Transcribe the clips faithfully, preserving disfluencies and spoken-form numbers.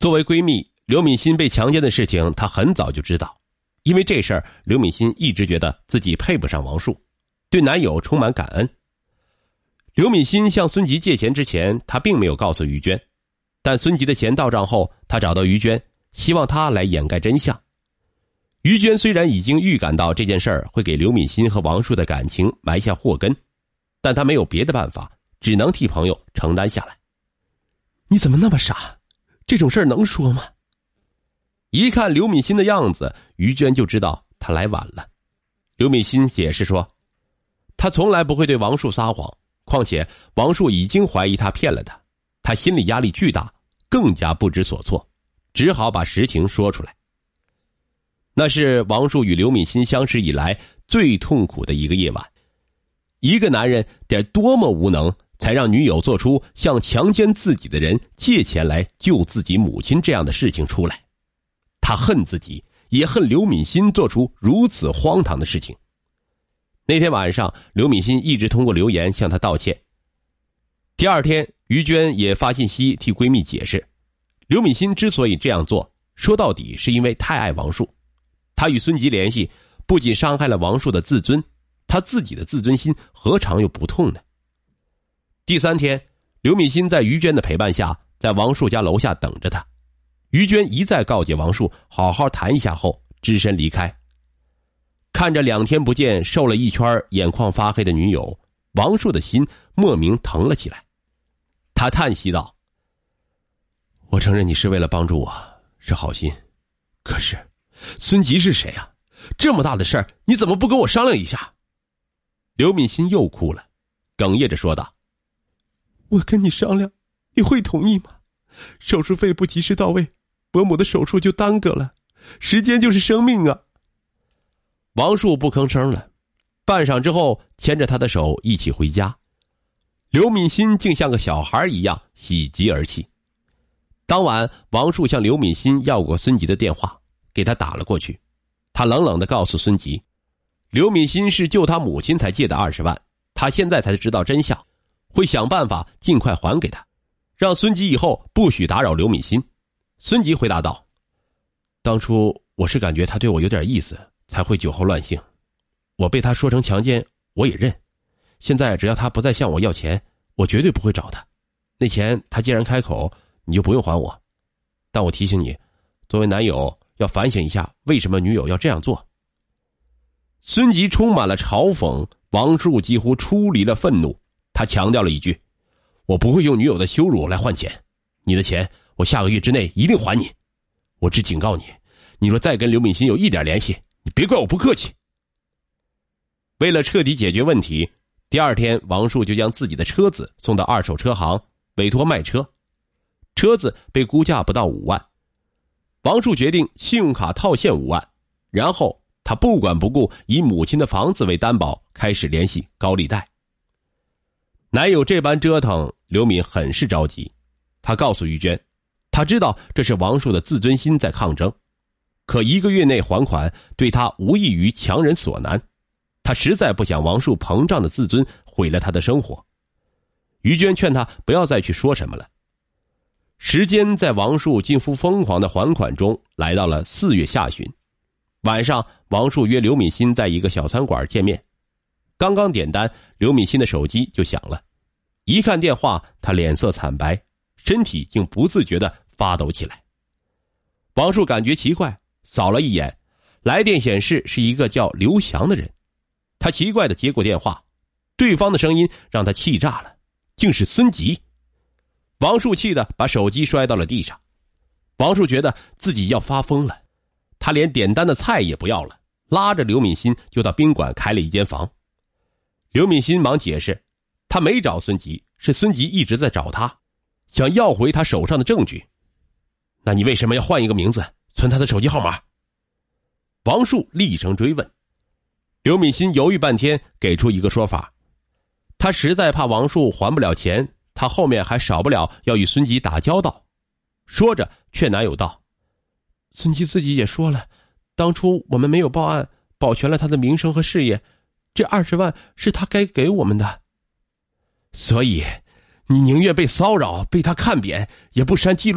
作为闺蜜，刘敏欣被强奸的事情她很早就知道，因为这事儿刘敏欣一直觉得自己配不上王树，对男友充满感恩。刘敏欣向孙吉借钱之前，她并没有告诉于娟，但孙吉的钱到账后，她找到于娟，希望她来掩盖真相。于娟虽然已经预感到这件事儿会给刘敏欣和王树的感情埋下祸根，但她没有别的办法，只能替朋友承担下来。 你怎么那么傻？这种事儿能说吗？ 一看刘敏欣的样子，于娟就知道她来晚了。刘敏欣解释说，她从来不会对王树撒谎，况且王树已经怀疑她骗了她，她心理压力巨大，更加不知所措，只好把实情说出来。那是王树与刘敏欣相识以来最痛苦的一个夜晚。一个男人得多么无能，才让女友做出向强奸自己的人借钱来救自己母亲这样的事情出来。他恨自己，也恨刘敏欣做出如此荒唐的事情。那天晚上，刘敏欣一直通过留言向他道歉。第二天，于娟也发信息替闺蜜解释，刘敏欣之所以这样做，说到底是因为太爱王树。她与孙吉联系，不仅伤害了王树的自尊，她自己的自尊心何尝又不痛呢？第三天，刘敏欣在于娟的陪伴下，在王树家楼下等着她。于娟一再告诫王树好好谈一下后，只身离开。看着两天不见瘦了一圈眼眶发黑的女友，王树的心莫名疼了起来。他叹息道，我承认你是为了帮助我，是好心，可是孙吉是谁啊？这么大的事儿，你怎么不跟我商量一下？刘敏欣又哭了，哽咽着说道， 我跟你商量，你会同意吗？手术费不及时到位，伯母的手术就耽搁了，时间就是生命啊。 王树不吭声了，半晌之后牵着他的手一起回家。刘敏欣竟像个小孩一样喜极而泣。当晚，王树向刘敏欣要过孙吉的电话，给他打了过去。他冷冷地告诉孙吉，刘敏欣是救他母亲才借的二十万，他现在才知道真相，会想办法尽快还给他，让孙吉以后不许打扰刘敏欣。孙吉回答道，当初我是感觉他对我有点意思，才会酒后乱性，我被他说成强奸我也认，现在只要他不再向我要钱，我绝对不会找他，那钱他既然开口，你就不用还我，但我提醒你，作为男友要反省一下为什么女友要这样做。孙吉充满了嘲讽，王树几乎出离了愤怒，他强调了一句，我不会用女友的羞辱来换钱，你的钱我下个月之内一定还你，我只警告你，你若再跟刘敏欣有一点联系，你别怪我不客气。为了彻底解决问题，第二天王树就将自己的车子送到二手车行委托卖车，车子被估价不到五万。王树决定信用卡套现五万，然后他不管不顾，以母亲的房子为担保，开始联系高利贷。男友这般折腾，刘敏很是着急。他告诉于娟，他知道这是王树的自尊心在抗争，可一个月内还款对他无异于强人所难，他实在不想王树膨胀的自尊毁了他的生活。于娟劝他不要再去说什么了。时间在王树近乎疯狂的还款中来到了四月下旬。晚上，王树约刘敏欣在一个小餐馆见面。刚刚点单，刘敏欣的手机就响了。一看电话，他脸色惨白，身体竟不自觉地发抖起来。王树感觉奇怪，扫了一眼，来电显示是一个叫刘翔的人。他奇怪地接过电话，对方的声音让他气炸了，竟是孙吉。王树气得把手机摔到了地上。王树觉得自己要发疯了，他连点单的菜也不要了，拉着刘敏欣就到宾馆开了一间房。刘敏欣忙解释，他没找孙吉，是孙吉一直在找他，想要回他手上的证据。那你为什么要换一个名字，存他的手机号码？王树厉声追问。刘敏欣犹豫半天，给出一个说法，他实在怕王树还不了钱，他后面还少不了要与孙吉打交道。说着劝男友道，孙吉自己也说了，当初我们没有报案，保全了他的名声和事业，这二十万是他该给我们的。所以你宁愿被骚扰，被他看扁，也不删记录，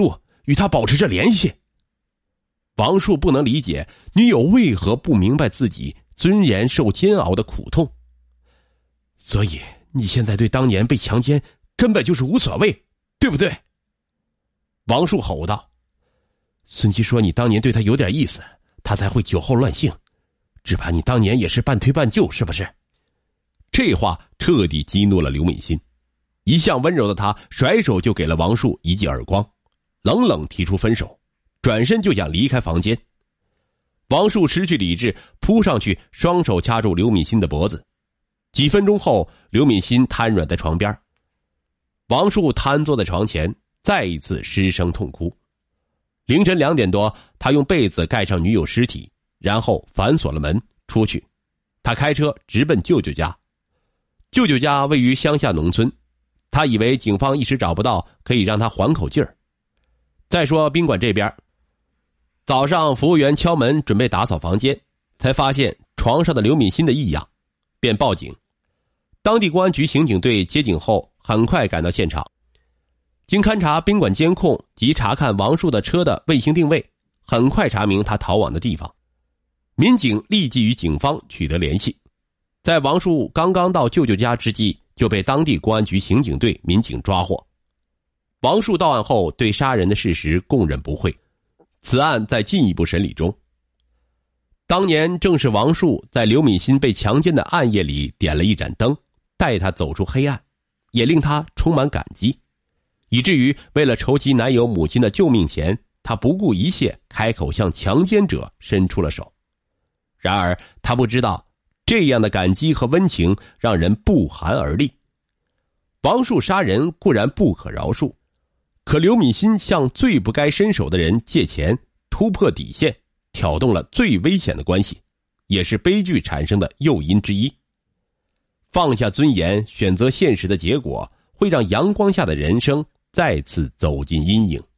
与他保持着联系。 王树不能理解女友为何不明白自己尊严受煎熬的苦痛。 所以你现在对当年被强奸根本就是无所谓，对不对？ 王树吼道。 孙七说你当年对他有点意思，他才会酒后乱性，只怕你当年也是半推半就，是不是？ 这话彻底激怒了刘敏欣，一向温柔的她甩手就给了王树一记耳光，冷冷提出分手，转身就想离开房间。王树失去理智，扑上去双手掐住刘敏欣的脖子。几分钟后，刘敏欣瘫软在床边，王树瘫坐在床前，再一次失声痛哭。凌晨两点多，他用被子盖上女友尸体，然后反锁了门出去。他开车直奔舅舅家。舅舅家位于乡下农村，他以为警方一时找不到，可以让他缓口劲儿。再说宾馆这边，早上服务员敲门准备打扫房间，才发现床上的刘敏欣的异样，便报警。当地公安局刑警队接警后很快赶到现场，经勘查宾馆监控及查看王树的车的卫星定位，很快查明他逃往的地方。民警立即与警方取得联系，在王树刚刚到舅舅家之际，就被当地公安局刑警队民警抓获。王树到案后对杀人的事实供认不讳，此案在进一步审理中。当年正是王树在刘敏欣被强奸的暗夜里点了一盏灯，带她走出黑暗，也令她充满感激，以至于为了筹集男友母亲的救命钱，她不顾一切开口向强奸者伸出了手。然而她不知道，这样的感激和温情让人不寒而栗。王树杀人固然不可饶恕，可刘敏欣向最不该伸手的人借钱，突破底线，挑动了最危险的关系，也是悲剧产生的诱因之一。放下尊严，选择现实的结果，会让阳光下的人生再次走进阴影。